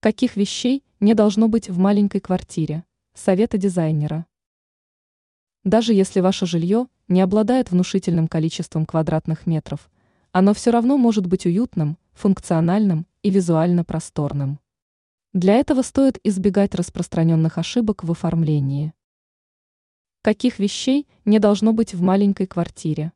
Каких вещей не должно быть в маленькой квартире? Советы дизайнера. Даже если ваше жилье не обладает внушительным количеством квадратных метров, оно все равно может быть уютным, функциональным и визуально просторным. Для этого стоит избегать распространенных ошибок в оформлении. Каких вещей не должно быть в маленькой квартире?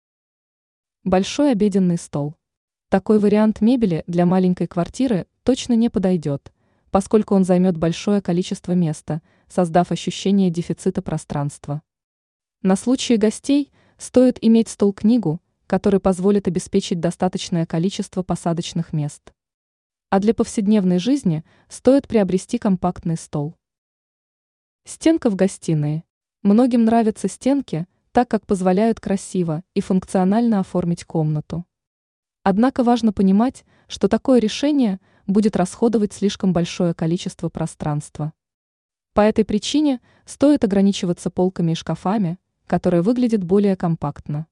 Большой обеденный стол. Такой вариант мебели для маленькой квартиры точно не подойдет, поскольку он займет большое количество места, создав ощущение дефицита пространства. На случай гостей стоит иметь стол-книгу, который позволит обеспечить достаточное количество посадочных мест. А для повседневной жизни стоит приобрести компактный стол. Стенка в гостиной. Многим нравятся стенки, так как позволяют красиво и функционально оформить комнату. Однако важно понимать, что такое решение будет расходовать слишком большое количество пространства. По этой причине стоит ограничиваться полками и шкафами, которые выглядят более компактно.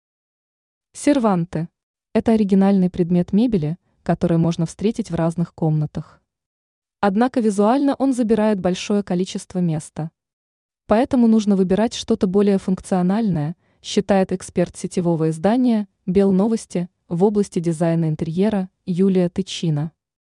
Серванты. Это оригинальный предмет мебели, который можно встретить в разных комнатах. Однако визуально он забирает большое количество места. Поэтому нужно выбирать что-то более функциональное, считает эксперт сетевого издания «Белновости» в области дизайна интерьера Юлия Тычина.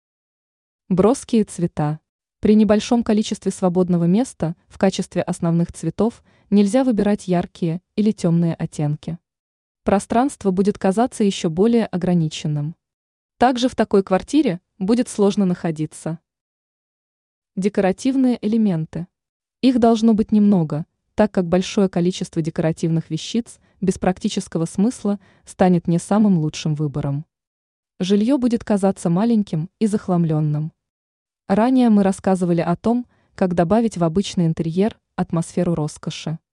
Броские цвета. При небольшом количестве свободного места в качестве основных цветов нельзя выбирать яркие или темные оттенки. Пространство будет казаться еще более ограниченным. Также в такой квартире будет сложно находиться. Декоративные элементы. Их должно быть немного, так как большое количество декоративных вещиц без практического смысла станет не самым лучшим выбором. Жилье будет казаться маленьким и захламленным. Ранее мы рассказывали о том, как добавить в обычный интерьер атмосферу роскоши.